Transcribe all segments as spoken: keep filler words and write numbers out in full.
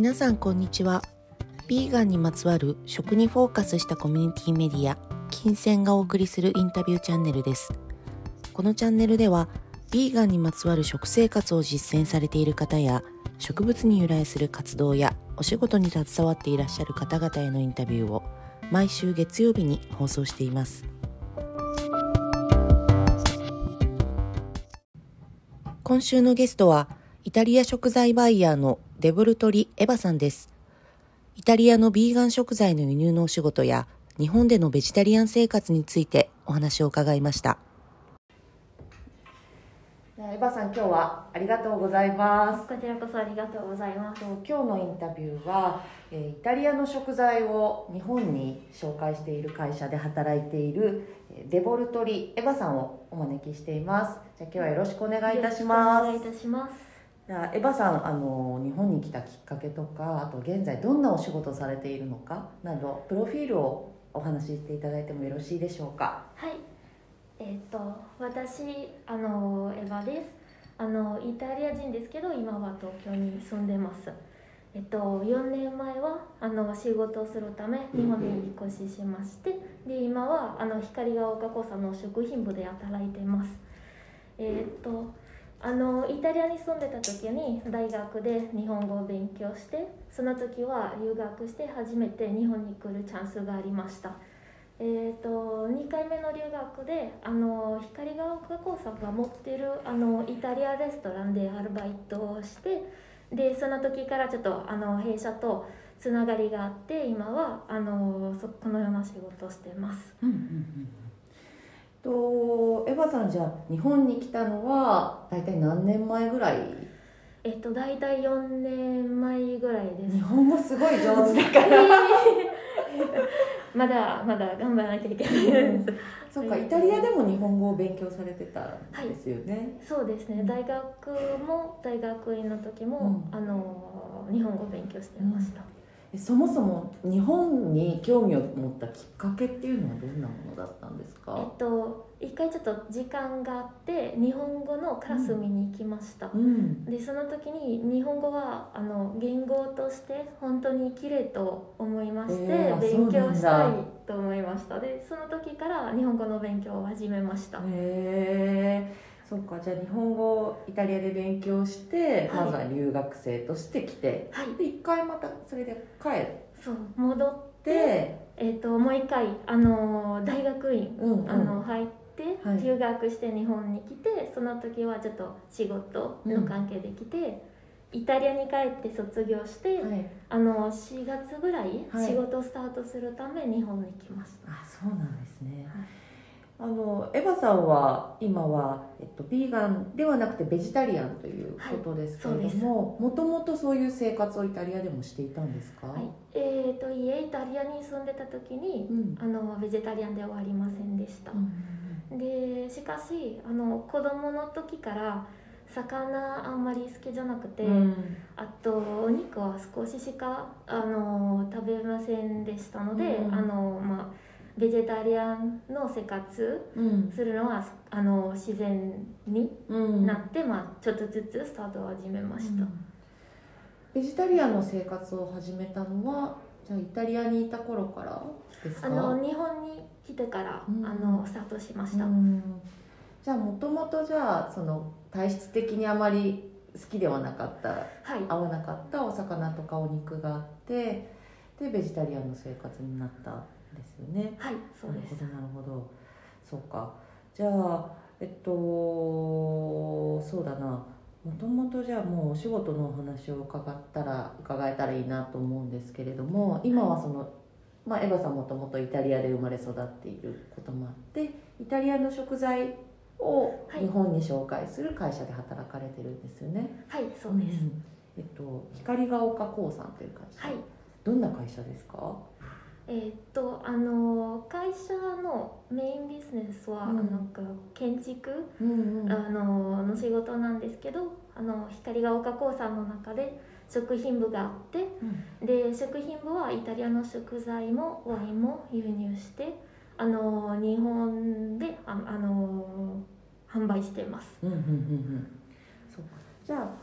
皆さんこんにちは。ビーガンにまつわる食にフォーカスしたコミュニティメディア金銭がお送りするインタビューチャンネルです。このチャンネルではビーガンにまつわる食生活を実践されている方や植物に由来する活動やお仕事に携わっていらっしゃる方々へのインタビューを毎週月曜日に放送しています。今週のゲストはイタリア食材バイヤーのデボルトリ・エバさんです。イタリアのビーガン食材の輸入のお仕事や日本でのベジタリアン生活についてお話を伺いました。エバさん、今日はありがとうございます。 こちらこそありがとうございます。 今日のインタビューはイタリアの食材を日本に紹介している会社で働いているデボルトリ・エバさんをお招きしています。じゃあ今日はよろしくお願いいたします。 よろしくお願いいたします。 じゃあエバさん、あの日本に来たきっかけとか、あと現在どんなお仕事をされているのかなど、プロフィールをお話ししていただいてもよろしいでしょうか。 はい、えっ、ー、と私あのエバです。あのイタリア人ですけど今は東京に住んでます。えっとよねんまえはあの仕事をするため日本に引っ越ししまして、で今はあの光が丘興産の食品部で働いています。えっ、ー、とあのイタリアに住んでた時に大学で日本語を勉強して、その時は留学して初めて日本に来るチャンスがありました。えー、とにかいめの留学であの光が丘興産が持ってるあのイタリアレストランでアルバイトをして、でその時からちょっとあの弊社とつながりがあって、今はあのそこのような仕事をしています。 うんうんうん、とエヴァさん、じゃあ日本に来たのは大体何年前ぐらい？ えっと大体よねんまえぐらいです。 日本語すごい上手だからまだまだ頑張らなきゃいけないです。 そうか、イタリアでも日本語を勉強されてたんですよね。 はい、そうですね。大学も大学院の時も、うん、あの日本語を勉強してました。 うん、そもそも日本に興味を持ったきっかけっていうのはどんなものだったんですか？ えっと一回ちょっと時間があって日本語のクラス見に行きました。うん、でその時に日本語はあの言語として本当に綺麗と思いまして、えー、勉強したいと思いました。でその時から日本語の勉強を始めました。 へえー、そうか。じゃあ日本語をイタリアで勉強して、はい、まずは留学生として来て、はい、で一回またそれで帰る。 そう戻って、えー、ともう一回あの大学院、うんうん、あの入ってはい、留学して日本に来て、その時はちょっと仕事の関係で来て、うん、イタリアに帰って卒業して、はい、あのしがつぐらい仕事をスタートするため日本に来ました。 はい、あ、そうなんですね。はい、あのエヴァさんは今は、えっと、ビーガンではなくてベジタリアンということですけれども、もともとそういう生活をイタリアでもしていたんですか？はい、 えー、といえイタリアに住んでた時に、うん、あのベジタリアンではありませんでした。うん、でしかしあの子供の時から魚あんまり好きじゃなくて、うん、あとお肉は少ししかあの食べませんでしたので、うん、あのまあベジタリアンの生活するのは、うん、あの自然になって、うん、まあ、ちょっとずつスタートを始めました。うん、 ベジタリアンの生活を始めたのはじゃあイタリアにいた頃からですか？ あの日本に来てから、うん、あのスタートしました。うん、 じゃあもともとじゃあその体質的にあまり好きではなかった、はい、合わなかったお魚とかお肉があってでベジタリアンの生活になったんですよね。 はい、そうです。 なるほどなるほど。そうか。じゃあえっとそうだな、もともとじゃあもうお仕事のお話を伺ったら伺えたらいいなと思うんですけれども、今はその、まあ、エヴァさんもともとイタリアで生まれ育っていることもあってイタリアの食材を日本に紹介する会社で働かれてるんですよね。 はい、そうです。うん、 えっと、光が丘興産という会社、はい、どんな会社ですか？ えー、っとあの会社のメインビジネスは、うん、なんか建築、うんうん、あのの仕事なんですけど、あの光が丘興産の中で食品部があって、うん、で食品部はイタリアの食材もワインも輸入してあの日本でああの販売しています。 うんうんうんうん、そうか。じゃあ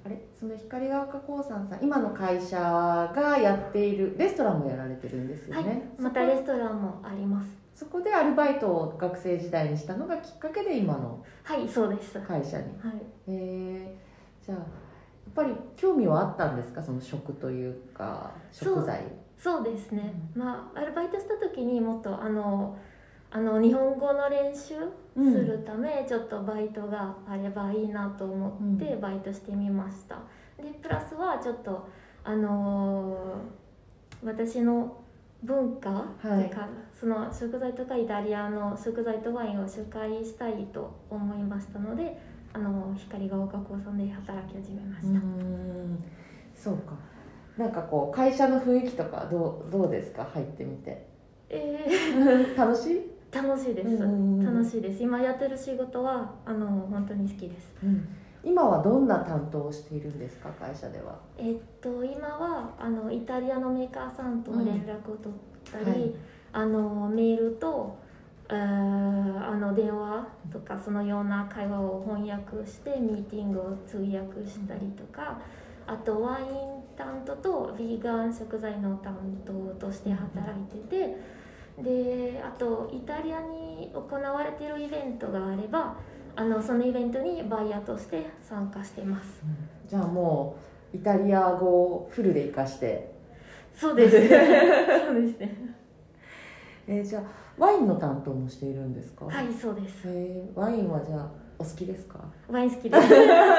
あれその光が丘興産さん、今の会社がやっているレストランもやられてるんですよね。 はい、またレストランもあります。 そこでアルバイトを学生時代にしたのがきっかけで今のはいそうです会社に、 はい、 えー、じゃあやっぱり興味はあったんですか、その食というか食材。 そうですね、まあアルバイトした時にもっとあのあの日本語の練習するため、ちょっとバイトがあればいいなと思ってバイトしてみました。でプラスはちょっとあのー私の文化というか、その食材とかイタリアの食材とワインを紹介したいと思いましたので、あの光が丘興産で働き始めました。 うーん、そうか。なんかこう会社の雰囲気とかどうどうですか、入ってみて。 えー、楽しい？ 楽しいです、楽しいです。今やってる仕事はあの本当に好きです、 うん、今はどんな担当をしているんですか、会社では。 えっと今はあのイタリアのメーカーさんと連絡を取ったり、うん、はい、あのメールとあの電話とかそのような会話を翻訳してミーティングを通訳したりとか、あとワイン担当とヴィーガン食材の担当として働いてて、であとイタリアに行われているイベントがあればあのそのイベントにバイヤーとして参加してます、 うん、じゃあもうイタリア語をフルで活かして。 そうですそうですねえー、じゃあワインの担当もしているんですか。 はいそうです、 えー、ワインはじゃあお好きですか。 ワイン好きです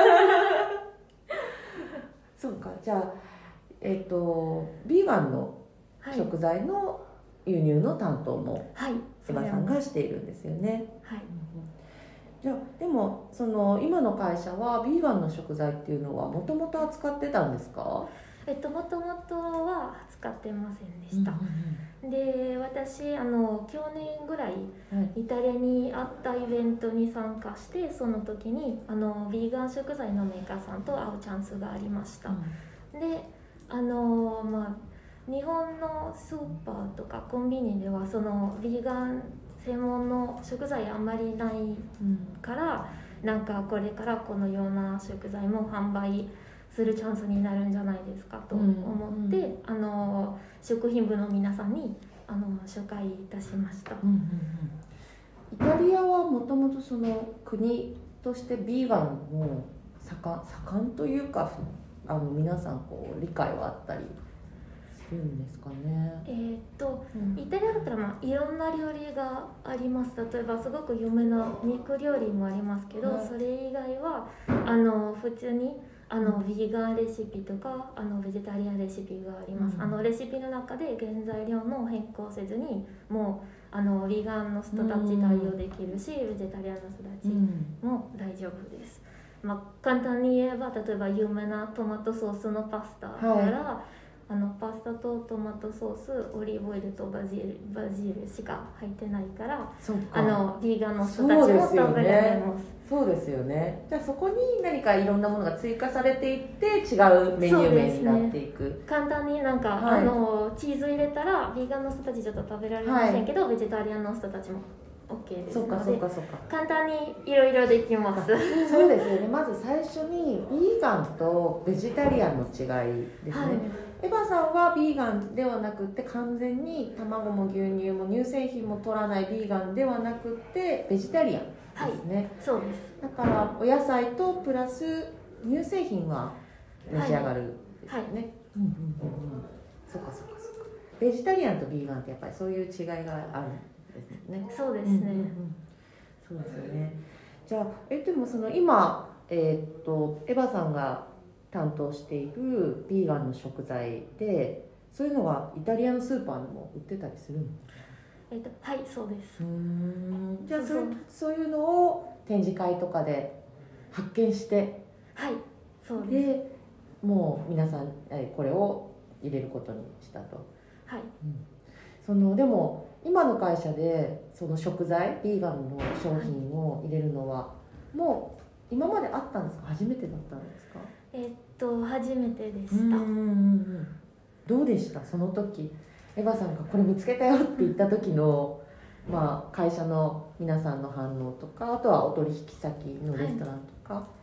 そうか、じゃあえっ、ー、とビーガンの食材の輸入の担当もエバさんがしているんですよね。 はい、 じゃあでもその今の会社はビーガンの食材っていうのはもともと扱ってたんですか。 えっともともとは扱ってませんでした、うんうん、で私あの去年ぐらいイタリアにあったイベントに参加して、その時にあのビーガン食材のメーカーさんと会うチャンスがありました、うん、であのまあ日本のスーパーとかコンビニではそのビーガン専門の食材あんまりないから、うん、なんかこれからこのような食材も販売するチャンスになるんじゃないですかと思って、うんうん、あの食品部の皆さんにあの紹介いたしました、うんうんうん、 イタリアはもともとその国としてビーガンも盛ん、盛んというかあの皆さんこう理解はあったりするんですかね。 えー、っと、うん、イタリアだったら、まあ、いろんな料理があります。例えばすごく有名な肉料理もありますけど、はい、それ以外はあの普通にあのヴィーガンレシピとかあのベジタリアンレシピがあります、うん、あのレシピの中で原材料の変更せずにもうあのヴィーガンの人たち対応できるし、うん、ベジタリアンの人たちも大丈夫です、まあ、簡単に言えば例えば有名なトマトソースのパスタから、はい、あのパスタとトマトソースオリーブオイルとバジル、バジルしか入ってないからあのヴィーガンの人たちも食べられます。 そうですよね。じゃあそこに何かいろんなものが追加されていって違うメニュー名になっていく、ね、 簡単になんか、はい、あのチーズ入れたらヴィーガンの人たちちょっと食べられませんけど、はい、ベジタリアンの人たちも OK ですので、 そうかそうかそうか、 簡単にいろいろできます。 そうですよね。まず最初にヴィーガンとベジタリアンの違いですね、はい、エヴァさんはヴィーガンではなくて完全に卵も牛乳も乳製品も取らないヴィーガンではなくてベジタリアンですね、 はい、そうです。 だからお野菜とプラス乳製品は召し上がるですよね、はいはい、うんうんうんうん、そうかそうかそうか。ベジタリアンとヴィーガンってやっぱりそういう違いがあるんですね。 そうですね、うんうんうん、 そうですよね。じゃあえでもその今、えー、っとエヴァさんが担当しているヴィーガンの食材でそういうのがイタリアのスーパーにも売ってたりするの？ えっと、はい、そうです。 うーん、じゃあそう、そういうのを展示会とかで発見して、 はい、そうです。 で、もう皆さんこれを入れることにしたと。 はい。うん、 そのでも今の会社でその食材、ヴィーガンの商品を入れるのは、はい、もう今まであったんですか？初めてだったんですか？ えっと初めてでした。 うんうんうん。どうでした？その時。エヴァさんがこれ見つけたよって言った時の、まあ、会社の皆さんの反応とか、あとはお取引先のレストランとか、は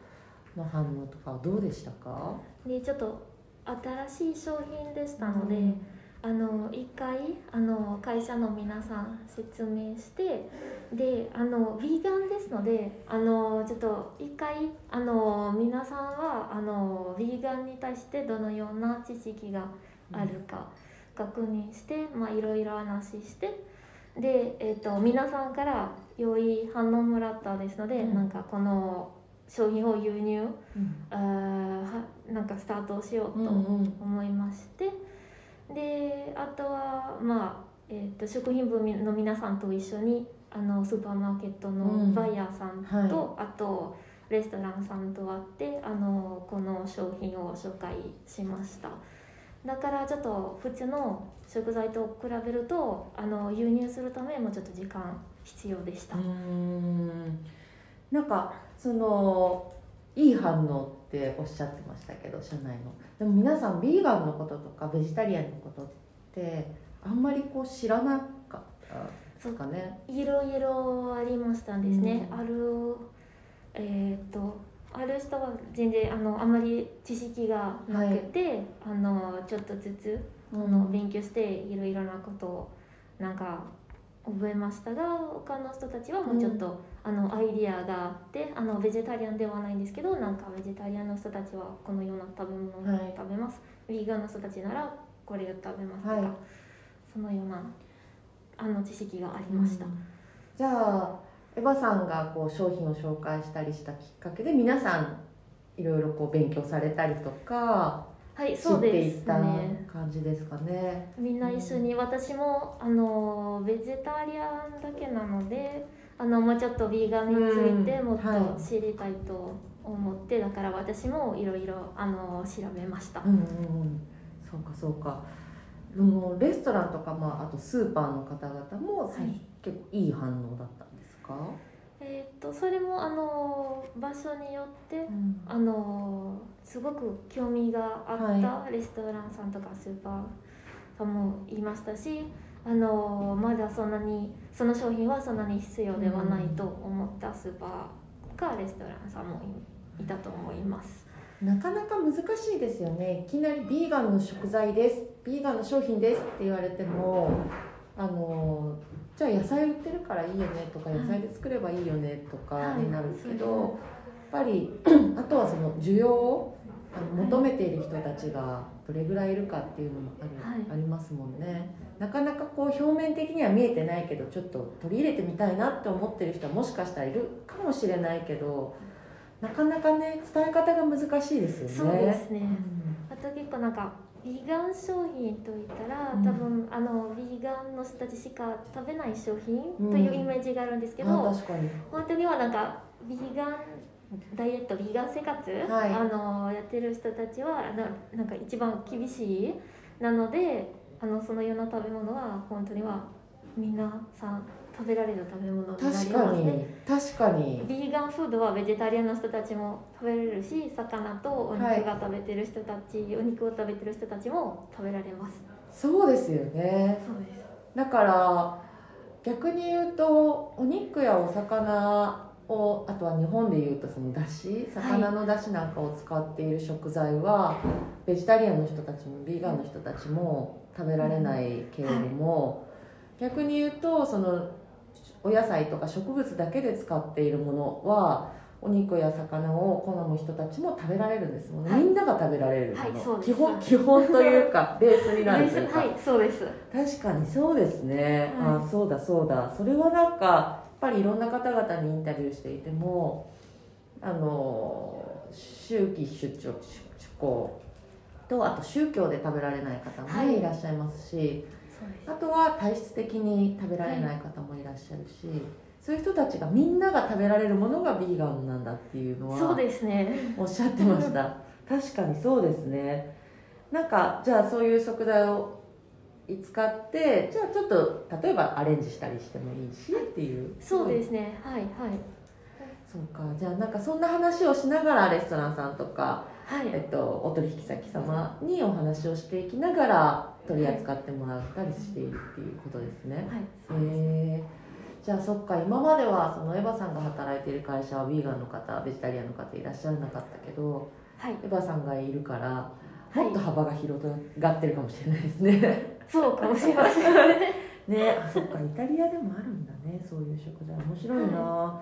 の反応とかはどうでしたか？ でちょっと新しい商品でしたので、 うんあの一回あの会社の皆さん説明して、であのヴィーガンですので、あのちょっと一回あの皆さんはあのヴィーガンに対してどのような知識があるか確認して、まあ、いろいろ話してで、えー、と皆さんから良い反応もらったですので、 うんなんかこの商品を輸入、 うんあーはなんかスタートしようとうんうん思いまして、であとは、まあえー、と食品部の皆さんと一緒にあのスーパーマーケットのバイヤーさんと、 はいあとレストランさんと会ってあのこの商品を紹介しました。だからちょっと普通の食材と比べるとあの輸入するためもちょっと時間必要でした。 うーんなんかそのいい反応っておっしゃってましたけど、社内のでも皆さんビーガンのこととかベジタリアンのことってあんまりこう知らなかったですかね。 いろいろありましたんですね、 うんあるえっ、とある人は全然あのあまり知識がなくて、あのちょっとずつあの勉強していろいろなことをなんか覚えましたが、他の人たちはもうちょっと、あのアイディアがあって、あのベジタリアンではないんですけど、なんかベジタリアンの人たちはこのような食べ物を食べます、ヴィーガンの人たちならこれを食べますとか、 はいそのようなあの知識がありました。 うんじゃあエヴァさんがこう商品を紹介したりしたきっかけで皆さんいろいろこう勉強されたりとかはい、 知そうってですいったね。 感じですかね。 みんな一緒に、私もあのベジタリアンだけなので、あのもうちょっとヴィーガンについてもっとうんはい知りたいと思って、だから私もいろいろあの調べました。 うんうんうんそうかそうか。もうレストランとか、まあ、あとスーパーの方々も最初、 はい、 結構いい反応だったんですか？ えー、とそれもあの場所によってうんあのすごく興味があったレストランさんとかスーパーさんもいましたし、あのまだそんなにその商品はそんなに必要ではないと思ったスーパーかレストランさんもいたと思います。 なかなか難しいですよね。いきなりビーガンの食材ですビーガンの商品ですって言われても、あのじゃあ野菜売ってるからいいよねとか、野菜で作ればいいよねとかになるけど、 はいやっぱりあとはその需要をあの求めている人たちがどれぐらいいるかっていうのもあり、 はいありますもんね。なかなかこう表面的には見えてないけどちょっと取り入れてみたいなって思ってる人はもしかしたらいるかもしれないけど、なかなかね伝え方が難しいですよね。 そうですね、 うんあと結構なんかヴィーガン商品といったら、 うん多分あのヴィーガンの人たちしか食べない商品というイメージがあるんですけど、 あ確かに本当にはなんかヴィーガンダイエット、ヴィーガン生活、 はいあのやってる人たちはななんか一番厳しいなので、あのそのような食べ物は本当には皆さん食べられる食べ物になります確かにね。 確かにヴィーガンフードはベジタリアンの人たちも食べれるし、魚とお肉が食べてる人たち、お肉を食べてる人たちも食べられます。 そうですよね。 そうです。 だから逆に言うとお肉やお魚を、あとは日本でいうとそのだし、魚のだしなんかを使っている食材は、ベジタリアンの人たちもビーガンの人たちも食べられないけれども、逆に言うとそのお野菜とか植物だけで使っているものはお肉や魚を好む人たちも食べられるんですもんね、 はい、 みんなが食べられるもの、 はい、そうです。 基本基本というかベースになるというか、 はい、そうです。 確かにそうですね、 はい、 あそうだそうだ、それはなんかやっぱりいろんな方々にインタビューしていても、あの周期出張出向と、あと宗教で食べられない方も、ね、はい、いらっしゃいますし、あとは体質的に食べられない方もいらっしゃるし、はい、そういう人たちがみんなが食べられるものがビーガンなんだっていうのはそうですね、 おっしゃってました確かにそうですね。なんかじゃあそういう食材を使って、じゃあちょっと例えばアレンジしたりしてもいいしっていう、 そうですね、はいはい。 そうか、じゃあなんかそんな話をしながらレストランさんとか、 はい、 えっと、お取引先様にお話をしていきながら取り扱ってもらったりしているっていうことですね。 はい、 えー、 じゃあそっか、今まではそのエヴァさんが働いている会社はヴィーガンの方、ベジタリアンの方いらっしゃらなかったけど、 はい、 エヴァさんがいるからはいもっと幅が広がってるかもしれないですね。 そうかもしれませんね、あ、そっか、イタリアでもあるんだね、そういう食材。面白いな、はい、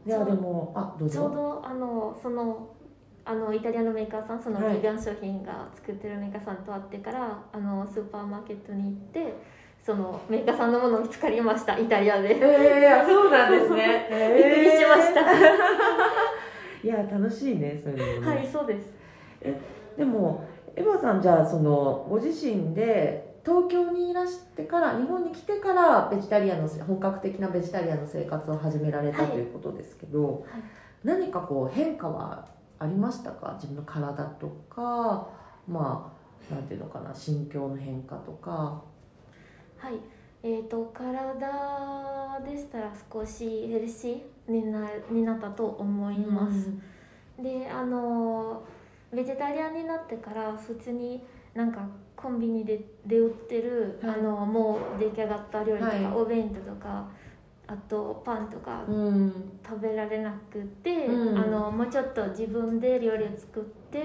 じゃあでも、あ、どうぞ。 ちょうどあのそのあのイタリアのメーカーさん、そのヴィーガン商品が作ってるメーカーさんと会ってから、あのスーパーマーケットに行って、そのメーカーさんのもの見つかりました、イタリアで。 えー、そうなんですね。 びっくりしました。 いや、楽しいね、そういうのね。 はい、そうです。 え、でもエヴァさん、じゃあそのご自身で東京にいらしてから、日本に来てからベジタリアンの本格的なベジタリアンの生活を始められた、はい、ということですけど、はい、何かこう変化はありましたか？自分の体とか、まあなんていうのかな、心境の変化とか。 はい、えーと、体でしたら少しヘルシーに な, になったと思います、うん、で、あのベジタリアンになってから普通になんかコンビニでで売ってる、はい、あのもう出来上がった料理とか、はい、お弁当とか、あとパンとか食べられなくて、うん、あのもうちょっと自分で料理を作って、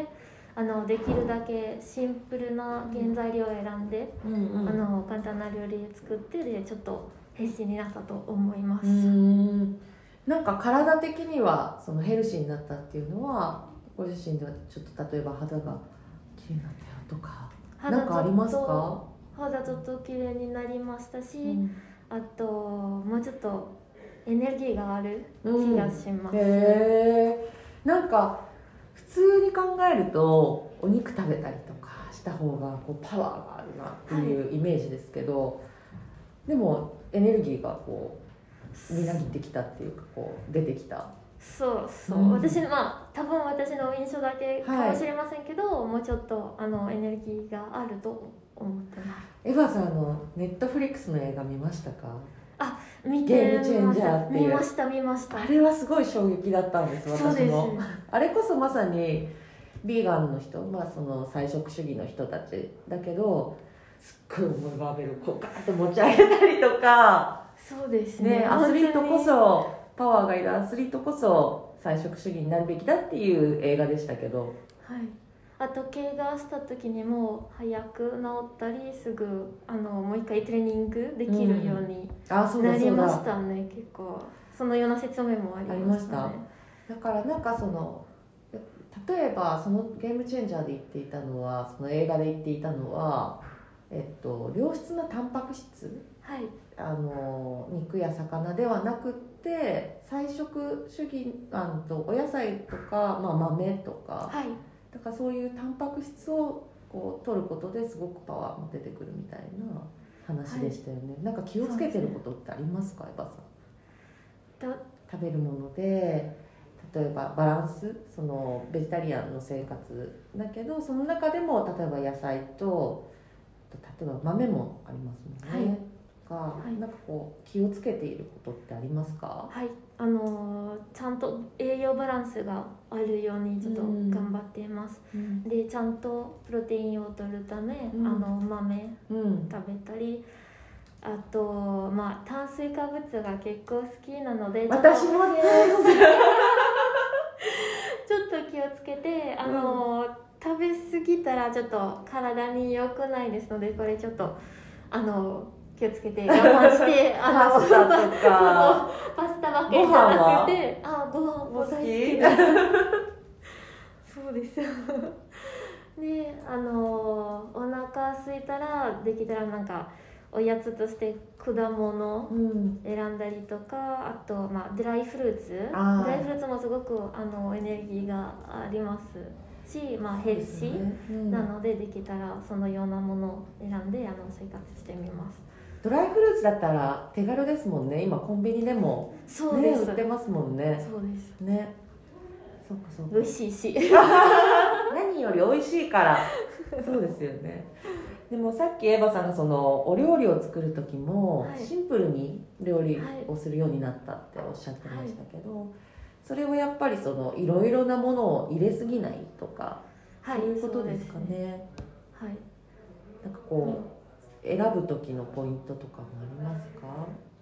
あのできるだけシンプルな原材料を選んで、うんうん、あの簡単な料理を作ってでちょっとヘルシーになったと思います。 うーん、なんか体的にはそのヘルシーになったっていうのは、ご自身ではちょっと例えば肌が綺麗になったよとかなんかありますか？ 肌ちょっと綺麗になりましたし、うん、あともうちょっとエネルギーがある気がします、うん、 へー、なんか普通に考えるとお肉食べたりとかした方がこうパワーがあるなっていうイメージですけど、はい、でもエネルギーがこうみなぎってきたっていうか、こう出てきた。 そうそう、うん、私のまあ多分私の印象だけかもしれませんけど、はい、もうちょっとあのエネルギーがあると思ってます。 エヴァさんのネットフリックスの映画見ましたか？ あ、見てました。 ゲームチェンジャーっていう、 見ました見ました。 あれはすごい衝撃だったんです、私も。そうです。あれこそまさにビーガンの人、まあ、その菜食主義の人たちだけど、すっごい重いバーベルをこうガーッと持ち上げたりとか、 そうですね、 ね、アスリートこそパワーがいるアスリートこそ菜食主義になるべきだっていう映画でしたけど、 はい、あと怪我した時にも早く治ったり、すぐあのもう一回トレーニングできるようになりましたね、うん、結構そのような説明もありましたね。 だからなんかその例えばそのゲームチェンジャーで言っていたのは、その映画で言っていたのは、えっと、良質なタンパク質、 はい、 あの肉や魚ではなくって菜食主義あのお野菜とか、まあ、豆とか、 はい、 だからそういうタンパク質をこう取ることですごくパワーも出てくるみたいな話でしたよね、はい、なんか気をつけてることってありますか、エヴァさん。食べるもので例えばバランス、そのベジタリアンの生活だけど、その中でも例えば野菜と例えば豆もありますもんね、はいが、はい、なんかこう気をつけていることってありますか？ はい、あのー、ちゃんと栄養バランスがあるようにちょっと頑張っています、うん、でちゃんとプロテインを取るため、うん、あの豆食べたり、うん、あとまあ炭水化物が結構好きなので、 私もですちょっと気をつけて、あのーうん、食べ過ぎたらちょっと体に良くないですので、これちょっとあのー気をつけて我慢してあのパスタとかパスタばっかりじゃなくて、あ、ご飯も大好きですそうですで、あのお腹空いたらできたらなんかおやつとして果物選んだりとか、うん、あと、まあ、ドライフルーツドライフルーツもすごくあのエネルギーがありますし、まあ、ヘルシーなので、できたらそのようなものを選んであの生活してみます。 ドライフルーツだったら手軽ですもんね。今コンビニでも、ね、 そうです、 売ってますもんね。 そうですね。そうかそうか。 美味しいし何より美味しいからそうですよね。でもさっきエヴァさんがそのお料理を作る時も、はい、シンプルに料理をするようになったっておっしゃってましたけど、はい、それはやっぱりそのいろいろなものを入れすぎないとか、はい、そういうことですかね。 はい。 なんかこう、うん、選ぶ時のポイントとかもありますか？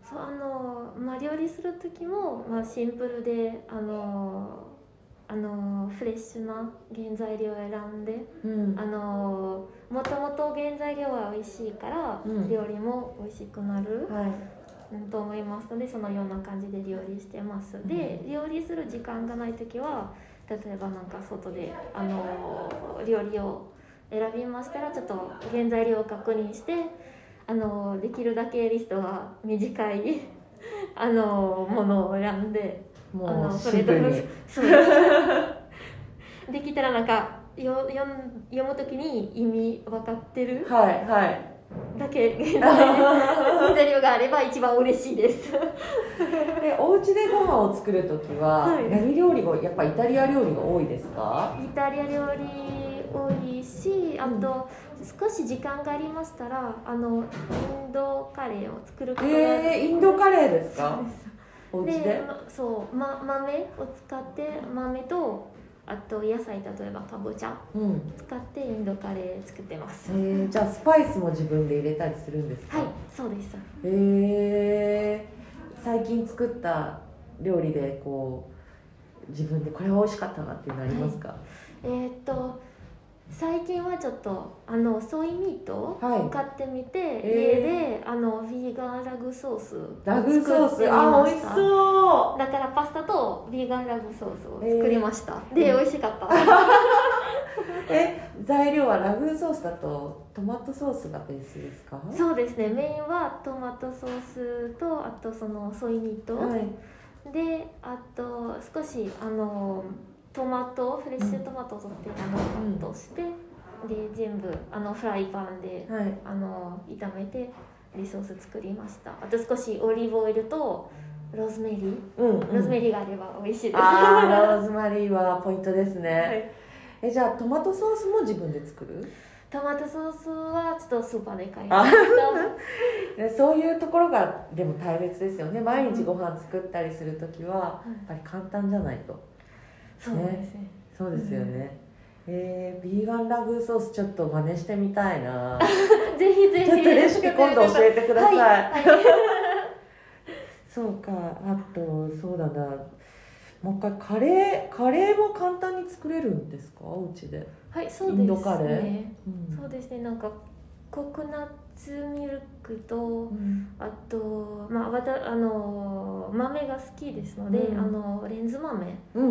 そうあの、まあ、料理する時も、まあ、シンプルであのあのフレッシュな原材料を選んで、 うん、 あのもともと原材料は美味しいから、 うん、 料理も美味しくなる、 はい、 うん、と思いますので、そのような感じで料理してます。で、料理する時間がない時は例えばなんか外であの料理を選びましたら、ちょっと原材料を確認してあのできるだけリストが短いあのものを選んで、あもうのそれとシンプルにそうですできたらなんかよよん読むときに意味分かってるはいはいだけ原材料があれば一番嬉しいですでお家でご飯を作るときは、 はい、 何料理がやっぱイタリア料理が多いですか？ イタリア料理多いし、あと、うん、少し時間がありましたらあのインドカレーを作ることが、 えー、インドカレーですか？ そうです。 お家で、 で、ま、そう、ま、豆を使って豆とあと野菜、例えばかぼちゃ、うん、使ってインドカレー作ってます。 えー、じゃあスパイスも自分で入れたりするんですか？ はい、そうです。 えー、最近作った料理でこう自分でこれは美味しかったなっていうのありますか？はい、 えー、っと最近はちょっとあのソイミートを買ってみて、はい、家であのヴィーガンラグソースを作ってみました。ラグソース、あ、美味しそう。だからパスタとヴィーガンラグソースを作りました、えー、で、美味しかったえ、材料はラグソースだとトマトソースがベースですか？ そうですね、メインはトマトソースとあとそのソイミート、はい、で、あと少しあのトマトフレッシュトマトを取って、うん、あのカットして、うん、で全部あのフライパンで、はい、あの炒めてリソース作りました。あと少しオリーブオイルとローズメリー、うんうん、ローズメリーがあれば美味しいです。 あー、ローズマリーはポイントですね、はい、え、じゃあトマトソースも自分で作る？ トマトソースはちょっとスーパーで買いましたそういうところがでも大切ですよね。毎日ご飯作ったりするときはやっぱり簡単じゃないと、 そうですね。 そうですよね。うん、えー、ビーガンラグソースちょっと真似してみたいなぜひぜひ。 ちょっとレシピ今度教えてください。はいはい、そうか。あとそうだな。もう一回カレーカレーも簡単に作れるんですか？お家で。 はい、そうですね。インドカレー。 うん、 そうですね。なんかココナッツミルクと、うん、あと、まあ、わたあの豆が好きですので、うん、あのレンズ豆と、うんうん、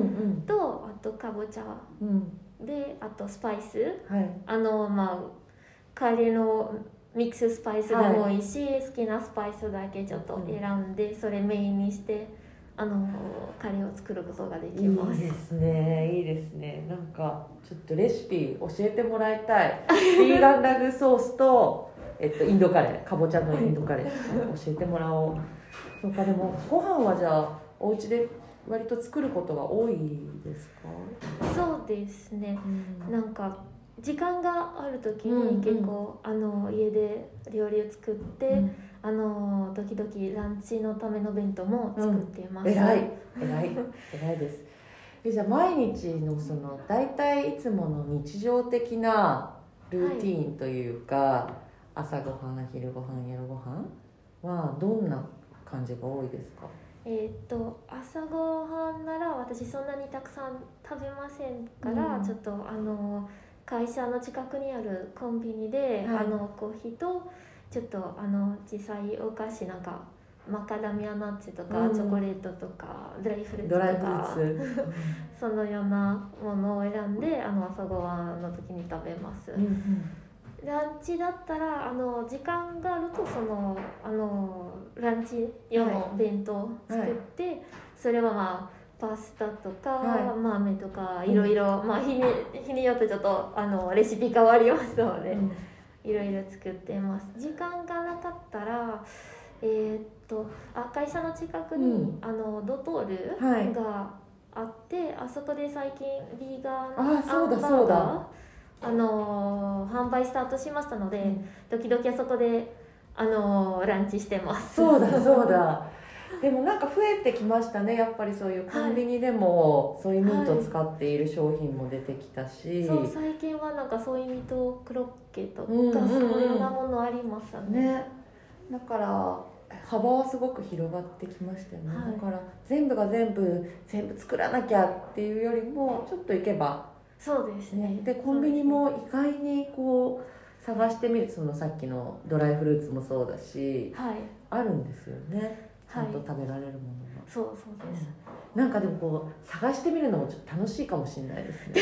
あとかぼちゃ、うん、であとスパイス、はい、あのまあカレーのミックススパイスでもいいし、はい、好きなスパイスだけちょっと選んで、うん、それメインにしてあのカレーを作ることができます。 いいですね、いいですね。なんかちょっとレシピ教えてもらいたい。ビーガンラグソースと、えっと、インドカレー、かぼちゃのインドカレー教えてもらおう。そうか、でもご飯はじゃあお家で割と作ることが多いですか？ そうですね、うん、なんか時間がある時に結構、うんうん、あの家で料理を作って、うん、あの時々ランチのための弁当も作っています。 うん、偉い偉い偉いです。え、じゃあ毎日のその大体いつもの日常的なルーティーンというか、はい、朝ごはん、昼ごはん、夜ごはんはどんな感じが多いですか？ えー、っと朝ごはんなら私そんなにたくさん食べませんから、うん、ちょっとあの会社の近くにあるコンビニで、はい、あのコーヒーとちょっとあの小さいお菓子、なんかマカダミアナッツとか、うん、チョコレートとかドライフルーツとかそのようなものを選んであの朝ごはんの時に食べます、うんうん、ランチだったらあの時間があるとそのあのランチ用の弁当を作って、はいはい、それはまあパスタとか、はい、豆とかいろいろ、まあ、日に、日によってちょっとあのレシピ変わりますので、いろいろ作ってます。時間がなかったらえー、っとあ会社の近くに、うん、あのドトールがあって、はい、あそこで最近ビーガンアンバーガーあの販売スタートしましたので、うん、時々あそこであのランチしてます。 そうだそうだでもなんか増えてきましたね、やっぱりそういうコンビニでもソイミートを使っている商品も出てきたし、 はい、そう最近はなんかソイミートクロッケとか、うんうんうん、そういうようなものありますよね。 ね、だから幅はすごく広がってきましたよね、 はい、 だから全部が全部全部作らなきゃっていうよりもちょっと行けばそうですね、 でコンビニも意外にこう探してみるとそのさっきのドライフルーツもそうだし、 はい、 あるんですよね、ちゃんと食べられるものが、 そうそうです、 うん、なんかでもこう探してみるのもちょっと楽しいかもしれないですね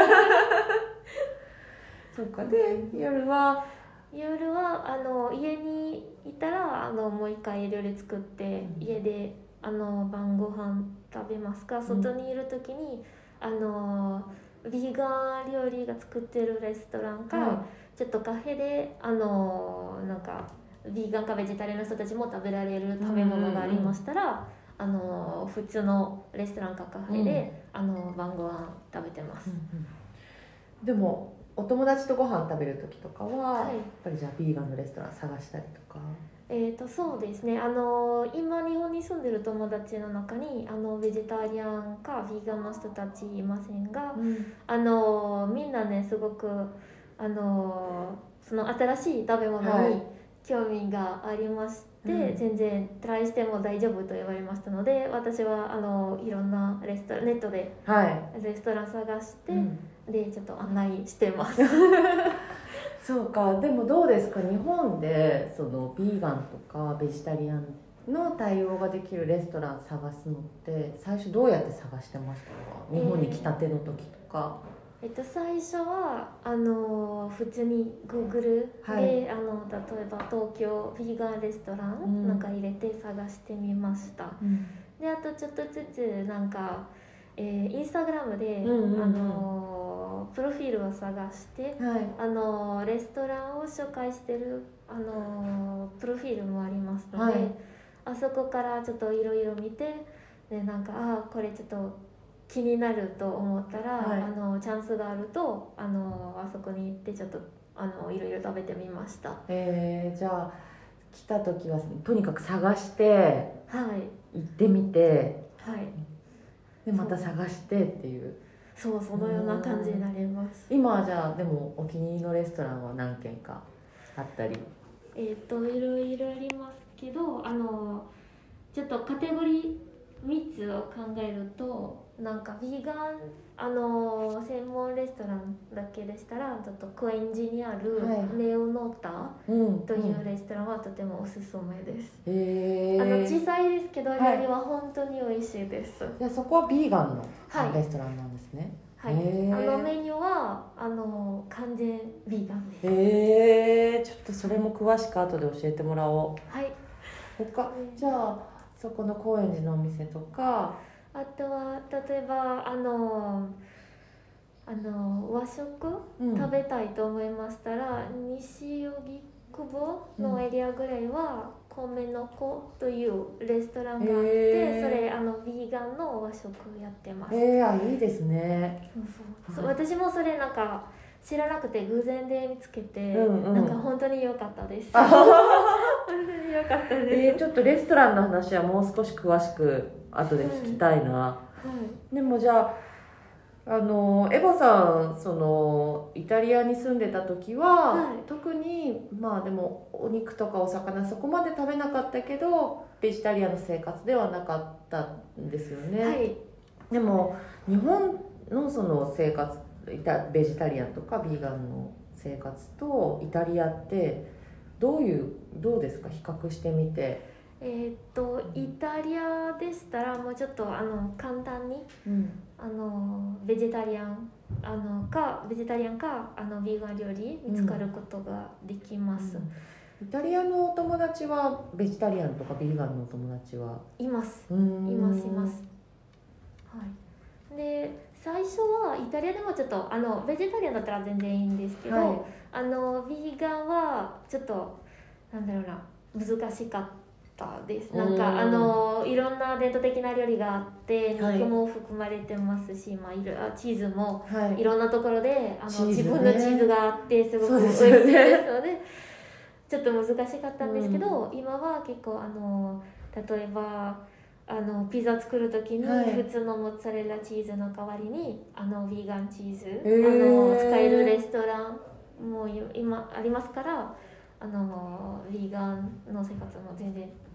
そうか、で夜は夜はあの家にいたらあのもう一回料理作って、うん、家であの晩ご飯食べますか、外にいる時にあのビーガン料理が作ってるレストランか、はい、ちょっとカフェであのなんかビーガンかベジタリアンの人たちも食べられる食べ物がありましたら、うんうんうん、あの普通のレストランかカフェで、うん、あの晩ご飯食べてます、うんうん、でもお友達とご飯食べる時とかは、 はい、 やっぱりじゃあビーガンのレストラン探したりとか、 えーとそうですね、あの今日本に住んでる友達の中にあのベジタリアンかビーガンの人たちいませんが、うん、あのみんなねすごくあのその新しい食べ物に興味がありまして、はい、全然トライしても大丈夫と言われましたので、私はあのいろんなレストランネットでレストラン探して、はい、でちょっと案内してますそうか、でもどうですか、日本でそのビーガンとかベジタリアンの対応ができるレストラン探すのって最初どうやって探してましたか、日本に来たての時とか。 えーえっと、最初はあの普通に Google で、はい、あの例えば東京ビーガンレストランなんか入れて探してみました、うん、であとちょっとずつなんか、えー、インスタグラムで、うんうんうん、あのプロフィールを探して、はい、あのレストランを紹介してるあのプロフィールもありますので、はい、あそこからちょっといろいろ見てでなんかあこれちょっと気になると思ったら、はい、あのチャンスがあるとあのあそこに行ってちょっとあのいろいろ食べてみました。 えー、じゃあ来た時はとにかく探して行ってみて、はい、でまた探してっていうそうそのような感じになります。 今はじゃあでもお気に入りのレストランは何軒かあったり。 えっといろいろありますけどあのちょっとカテゴリーみっつを考えるとなんかビーガンあの専門レストランだけでしたらちょっと高円寺にあるネオノータというレストランはとてもおすすめです、うんうん、あの小さいですけど料理は本当に美味しいです、 はい、じゃあそこはビーガンのレストランなんですね。 はい、はい、あのメニューはあの完全ビーガンです。 へえ、ちょっとそれも詳しく後で教えてもらおう。 はい。 他じゃあそこの高円寺のお店とか、 あとは例えばあのあの和食、うん、食べたいと思いましたら西荻窪のエリアぐらいは、うん、米の子というレストランがあって、えー、それあのビーガンの和食やってます。 えー、いいですね。 そうそうそう、はい、私もそれなんか知らなくて偶然で見つけて、うんうん、なんか本当に良かったです本当に良かったです、 えー、ちょっとレストランの話はもう少し詳しく後で聞きたいな、はいはい、でもじゃああのエヴァさんそのイタリアに住んでた時は、はい、特にまあでもお肉とかお魚そこまで食べなかったけどベジタリアンの生活ではなかったんですよね、はい、でも日本のその生活ベジタリアンとかビーガンの生活とイタリアってどういうどうですか、比較してみて。 えー、っとイタリアでしたらもうちょっとあの簡単に、うん、あのベジタリアンあのかベジタリアンかあのビーガン料理見つかることができます、うんうん、イタリアのお友達はベジタリアンとかビーガンのお友達はいますいますいます、はい、で最初はイタリアでもちょっとあのベジタリアンだったら全然いいんですけど、はい、あのビーガンはちょっとなんだろうな難しかったです。なんかあのいろんな伝統的な料理があって肉も含まれてますし、はい、まあ、いろチーズもいろんなところで、はい、あの、ね、自分のチーズがあってすごく美味しいですのでちょっと難しかったんですけど、うん、今は結構あの例えばあのピザ作る時に普通のモッツァレラチーズの代わりにあのヴィーガンチーズ、えー、あの使えるレストランも今ありますから、あのヴィーガンの生活も全然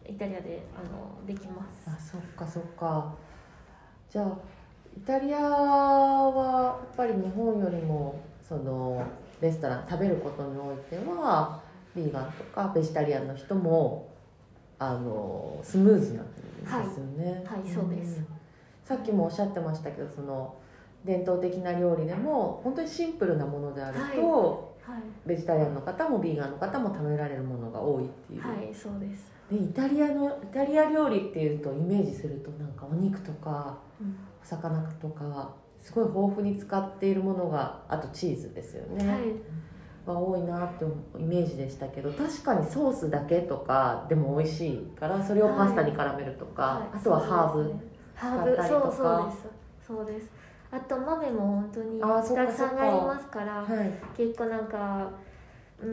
イタリアであのできます。 あ、そっかそっか。じゃあイタリアはやっぱり日本よりもそのレストラン食べることにおいてはビーガンとかベジタリアンの人もあのスムーズなんですよね。 はい、はい、そうです、 うん、さっきもおっしゃってましたけど、その伝統的な料理でも本当にシンプルなものであると、 はいはい、 ベジタリアンの方もビーガンの方も食べられるものが多いっていう。 はい、そうです。 でイタリアのイタリア料理っていうとイメージするとなんかお肉とか、うん、お魚とかすごい豊富に使っているものが、あとチーズですよね、はい、が多いなってイメージでしたけど、確かにソースだけとかでも美味しいからそれをパスタに絡めるとか、はい、あとはハーブ使ったりとか、 そうです、そうです。あと豆も本当にたくさんありますから、はい、結構なんかうん、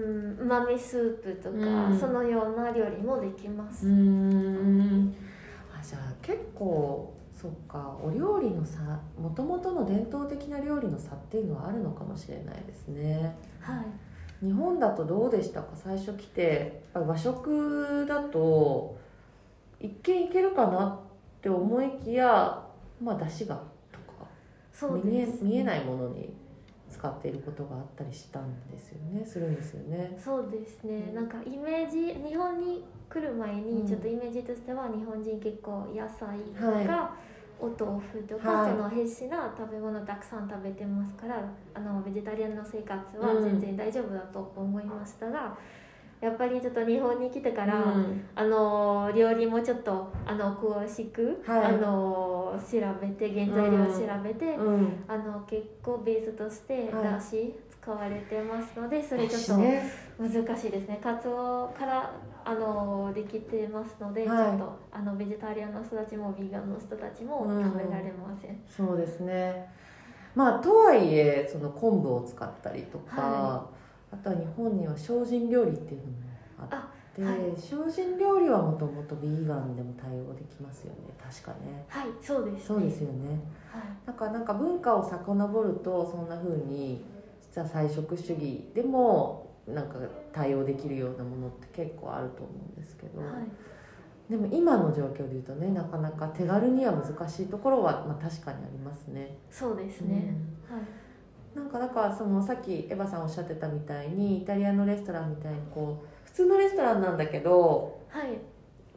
豆スープとか、うん、そのような料理もできます。 うーん、あ、じゃあ結構そっか、お料理の差、もともとの伝統的な料理の差っていうのはあるのかもしれないですね。 はい。 日本だとどうでしたか、最初来て和食だと一見いけるかなって思いきや、まあ出汁がとかそうです、 見え、見えないものに使っていることがあったりしたんですよね、するんですよね。 そうですね、うん、なんかイメージ、日本に来る前にちょっとイメージとしては、日本人結構野菜とか、はい、お豆腐とか、はい、そのヘルシーな食べ物たくさん食べてますから、あのベジタリアンの生活は全然大丈夫だと思いましたが、うん、やっぱりちょっと日本に来てから、うん、あの料理もちょっとあの詳しく、はい、あの調べて原材料を調べて、うん、あの結構ベースとしてだし使われてますので、はい、それちょっと難しいですね。カツオからあのできてますので、はい、ちょっとあのベジタリアンの人たちもビーガンの人たちも食べられません、うん、 そうですね。まあとはいえその昆布を使ったりとか、はい、あとは日本には精進料理っていうのもあって、はい、精進料理はもともとビーガンでも対応できますよね、確かね。 はい、そうですね。 そうですよね、はい、だからなんか文化を遡るとそんな風に実は菜食主義でもなんか対応できるようなものって結構あると思うんですけど、はい、でも今の状況でいうとね、なかなか手軽には難しいところは、まあ、確かにありますね。 そうですね、うん、はい。 なんかだからそのさっきエヴァさんおっしゃってたみたいにイタリアのレストランみたいにこう普通のレストランなんだけど、 はい、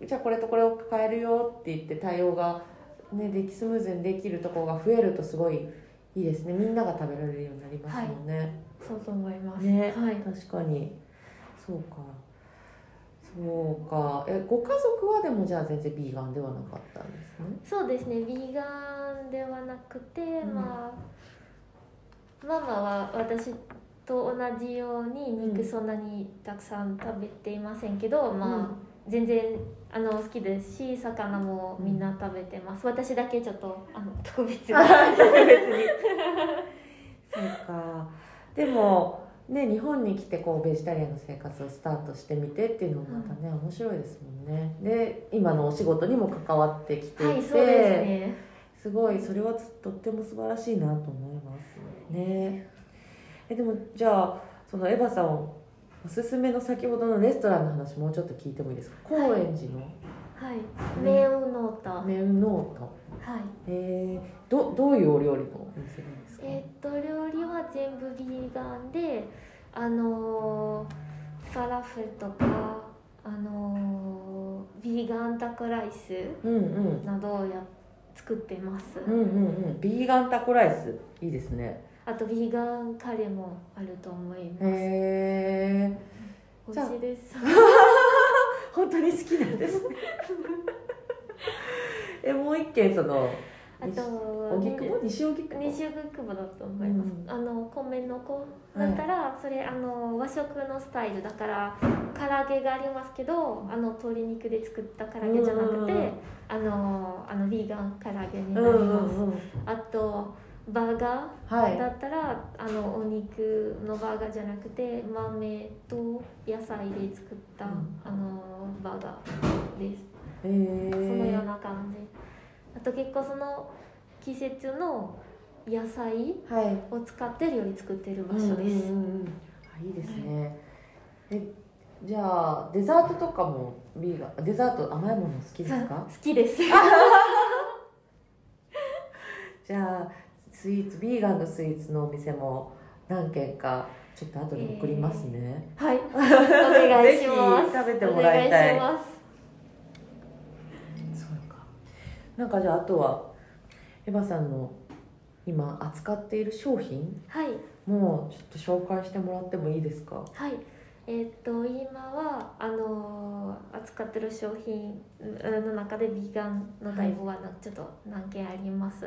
じゃあこれとこれを変えるよって言って対応が、ね、できスムーズにできるところが増えるとすごいいいですね。みんなが食べられるようになりますもんね、はい、 そうと思います、 ね、 はい、 確かにそうかそうか。えご家族はでもじゃあ全然ビーガンではなかったんですね。 そうですね、ビーガンではなくて、うん、まあママは私と同じように肉そんなにたくさん食べていませんけど、うん、まあ全然あの好きですし、魚もみんな食べてます、うん、私だけちょっとあの特別に特別にそうか。でもね、日本に来てこうベジタリアンの生活をスタートしてみてっていうのもまたね、うん、面白いですもんね。で今のお仕事にも関わってきていて、はい、そうですね、すごいそれはとっても素晴らしいなと思いますね。えでもじゃあそのエヴァさんおすすめの先ほどのレストランの話もうちょっと聞いてもいいですか。高円寺の、 はい、メウノータメウノータ、はい、えー、ど, どういうお料理のお店なんですか。 えー、っと料理は全部ビーガンで、あのー、ファラフェルとか、あのー、ビーガンタコライスなどをや、作ってます、 うんうんうん、ビーガンタコライスいいですね。 あとビーガンカレーもあると思います。 へー、 美味しいです本当に好きなんですねえもう一軒そのあと荻窪、西荻窪、 西荻窪だと思います、うん、あの米の子だったら、はい、それあの和食のスタイルだから唐揚げがありますけど、あの鶏肉で作った唐揚げじゃなくて、うん、あのあのビーガン唐揚げになります、うんうんうん、あとバーガーだったら、はい、あのお肉のバーガーじゃなくて豆と野菜で作った、うん、あのバーガーです、えー、そのような感じ。あと結構その季節の野菜を使って料理作ってる場所です、 はい、うんうんうん、あいいですね、はい、えじゃあデザートとかもビーガン、デザート甘いもの好きですか？ 好きですじゃあスイーツ、ビーガンのスイーツのお店も何軒かちょっと後に送りますね、 えー、はいお願いしますぜひ食べてもらいたい。 お願いします。 そうか。なんかじゃああとはエヴァさんの今扱っている商品はいもうちょっと紹介してもらってもいいですか？ はいえー、っと今はあのー扱ってる商品の中でビーガンのタイプはなちょっと何件あります、 はい、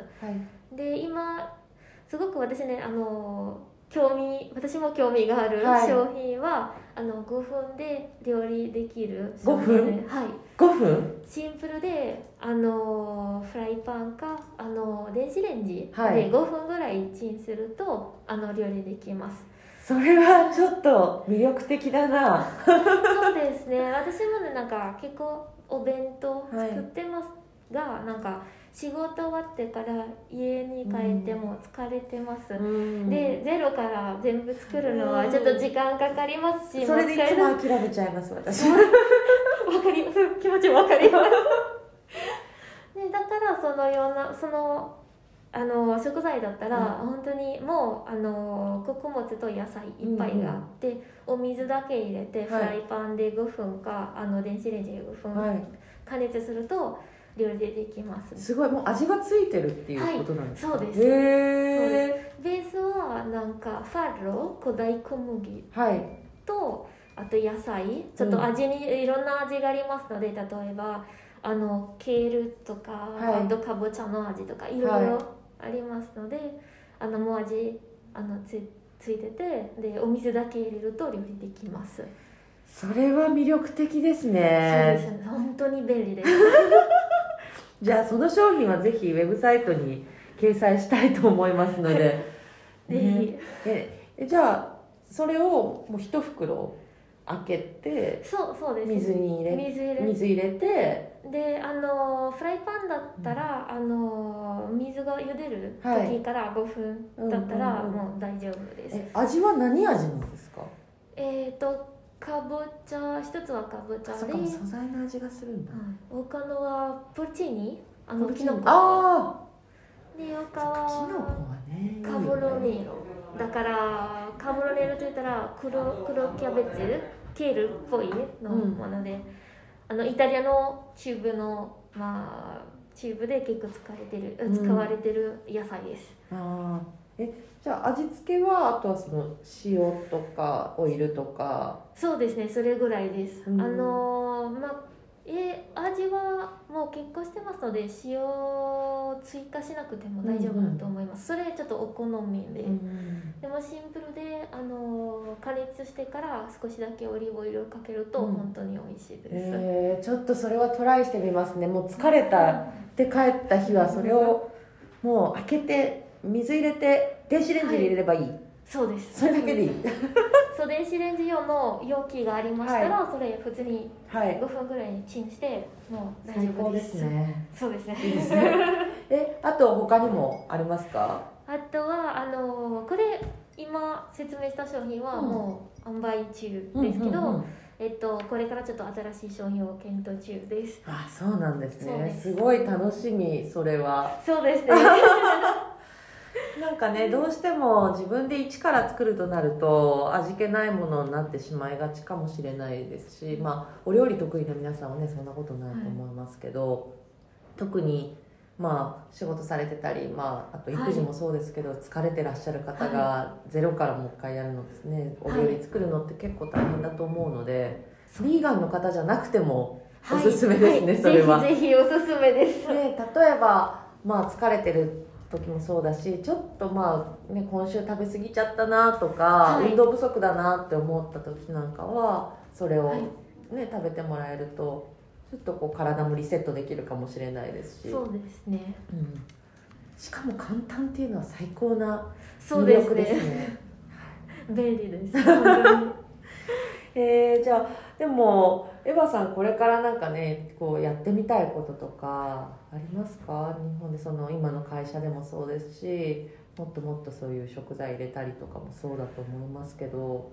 で今すごく私ねあの興味私も興味があるはい商品は、あのごふんで料理できるごふんで、はい、 ごふんシンプルであのフライパンかあの電子レンジはいでごふんぐらいチンするとあの料理できます。 それはちょっと魅力的だな。 そうですね私もねなんか結構お弁当作ってますが、なんか仕事終わってから家に帰っても疲れてます、 うん、 でゼロから全部作るのはちょっと時間かかりますし、 それでいつもわ諦めちゃいます私。 かります気持ちわかりますでだからそのようなそのあの食材だったら、うん、本当にもうあの穀物と野菜いっぱいがあって、うんうん、お水だけ入れて、はい、フライパンでごふんかあの電子レンジでごふん、はい、加熱すると料理でできます。 すごいもう味がついてるっていうことなんですか？ はい、そうです。 へーベースはなんかファロ古代小麦と、 はい、 あと野菜ちょっと味にいろんな味がありますので、例えばあのケールとか、はい、あとかぼちゃの味とかいろいろありますので、はい、あのもう味あの つ, ついててでお水だけ入れると料理できます。 それは魅力的ですね。 そうですね本当に便利ですじゃあその商品はぜひウェブサイトに掲載したいと思いますのでぜひ、 ね、えじゃあそれをもう一袋開けてそうそうです水に入れ水入れ水入れてであのフライパンだったら、うん、あの水が茹でる時からごふんだったらもう大丈夫です、 え味は何味なんですか？ えっ、ー、とかぼちゃ一つはかぼちゃで素材の味がするんだ、 うん、他のはポルチーニあのキノコあで他はキノコはねカボロネロだからカボロネロといったら黒黒キャベツケールっぽいのもので、うん、あのイタリアのチューブのまあチューブで結構使われてる、うん、使われてる野菜です。 あえじゃあ味付けはあとはその塩とかオイルとかそうですねそれぐらいです、うん、あのまあえ味はもう結構してますので塩を追加しなくても大丈夫だと思います、うんうん、それちょっとお好みで、うんうん、でもシンプルであの加熱してから少しだけオリーブオイルをかけると本当に美味しいです、うんえー、ちょっとそれはトライしてみますね。もう疲れたって帰った日はそれをもう開けて水入れて電子レンジに入れればいい、はい、 そうですそれだけでいいそう電子レンジ用の容器がありましたら、はい、それ普通にごふんぐらいにチンしてもう大丈夫です。 最高ですね。 そうですね。 いいですね。え、あと他にもありますか？ あとはあのこれ今説明した商品はもう販売中ですけど、うんうんうん、えっとこれからちょっと新しい商品を検討中です。 あ、そうなんですね。すごい楽しみそれは。 そうですね。 なんかねどうしても自分で一から作るとなると味気ないものになってしまいがちかもしれないですし、まあお料理得意な皆さんはねそんなことないと思いますけど、はい、特にまあ仕事されてたり、まあ、あと育児もそうですけど、はい、疲れてらっしゃる方がゼロからもう一回やるのですね、はい、お料理作るのって結構大変だと思うので、はい、ビーガンの方じゃなくてもおすすめですね、はい、それはぜひぜひおすすめです、 ね、例えば、まあ、疲れてる時もそうだしちょっとまあ、ね、今週食べ過ぎちゃったなとか、はい、運動不足だなって思った時なんかはそれを、ね、はい、食べてもらえるとちょっとこう体もリセットできるかもしれないですしそうですね、 うん、しかも簡単っていうのは最高な魅力ですね。そうですね便利です本当にえー、じゃあでもエヴァさんこれからなんかねこうやってみたいこととかありますか？日本でその今の会社でもそうですしもっともっとそういう食材入れたりとかもそうだと思いますけど。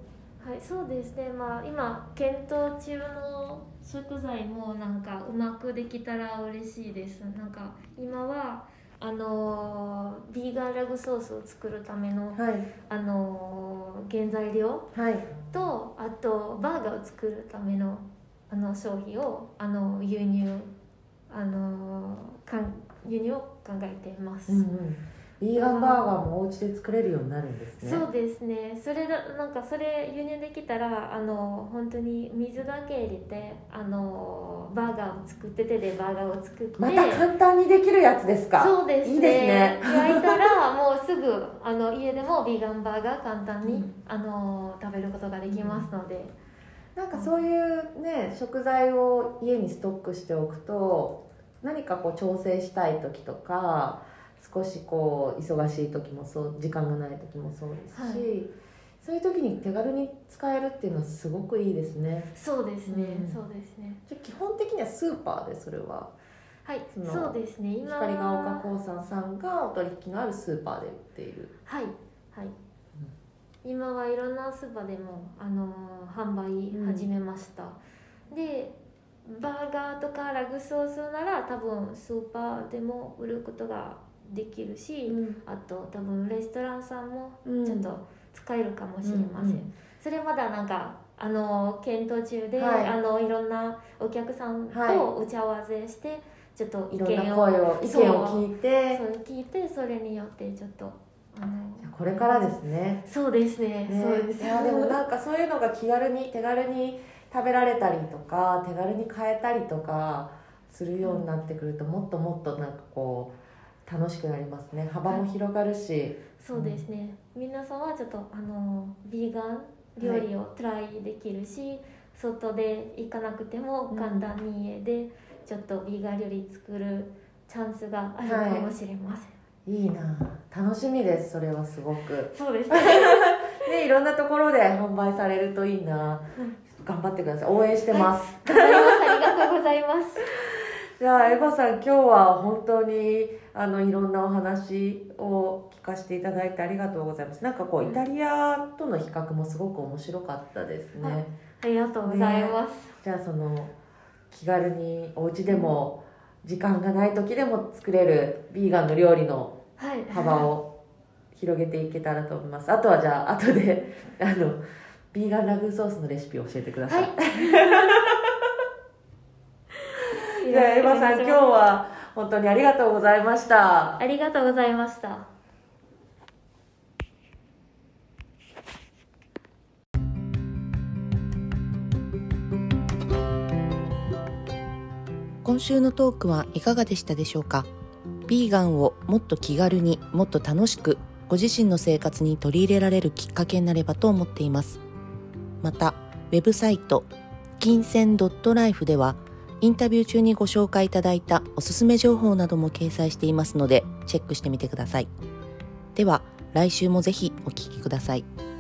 はい、そうですね、まあ、今検討中の食材もなんかうまくできたら嬉しいです。なんか今はあのービーガンラグソースを作るための、 はいあのー原材料はいと、あとバーガーを作るためのあの商品をあの輸入あのかん輸入を考えています。 うんうん、ビーガンバーガーもお家で作れるようになるんですね。 そうですね。それだなんかそれ輸入できたらあの本当に水だけ入れてあのバーガーを作って手でバーガーを作ってまた簡単にできるやつですか。 そうですね。 いいですね。 焼いたらもうすぐあの家でもビーガンバーガー簡単に、 うんあの食べることができますので、 なんかそういうね食材を家にストックしておくと何かこう調整したい時とか少しこう忙しい時もそう時間がない時もそうですし、 はい、 そういう時に手軽に使えるっていうのはすごくいいですね。 そうですね、 うん、 そうですね。 じゃあ基本的にはスーパーでそれははい、 そのそうですね。今は光が丘興産さんがお取引のあるスーパーで売っている。 はいはい、今はいろんなスーパーでもあの販売始めました、うん、でバーガーとかラグソースなら多分スーパーでも売ることができるし、うん、あと多分レストランさんもちょっと使えるかもしれません、うんうん、それまだなんかあの検討中で、はい、あのいろんなお客さんと打ち合わせして、はい、ちょっと意見を声を意見を聞いてそう聞いてそれによってちょっとあのこれからですね。 そうですね。 ね、 そうです。 いやでもなんかそういうのが気軽に手軽に食べられたりとか手軽に買えたりとかするようになってくると、もっともっとなんかこう楽しくなりますね。幅も広がるし、はい、 そうですね、うん、皆さんはちょっとあのビーガン料理をトライできるし、はい、外で行かなくても簡単に家でちょっとビーガン料理作るチャンスがあるかもしれません、はい、 いいな、楽しみです。それはすごくそうですねね、いろんなところで販売されるといいな、うん、頑張ってください。応援してます、 はい、頑張ります。ありがとうございますじゃあエヴァさん、今日は本当にあのいろんなお話を聞かせていただいてありがとうございます。なんかこうイタリアとの比較もすごく面白かったですね、はい、 ありがとうございます、ね、 じゃあその気軽にお家でも時間がない時でも作れるビーガンの料理の幅を広げていけたらと思います。あとはじゃあ後であのビーガンラグーソースのレシピを教えてください、はいじゃあエヴァさん、今日は本当にありがとうございました。 ありがとうございました。 今週のトークはいかがでしたでしょうか。ビーガンをもっと気軽にもっと楽しくご自身の生活に取り入れられるきっかけになればと思っています。またウェブサイト金銭 .life ではインタビュー中にご紹介いただいたおすすめ情報なども掲載していますのでチェックしてみてください。では来週もぜひお聞きください。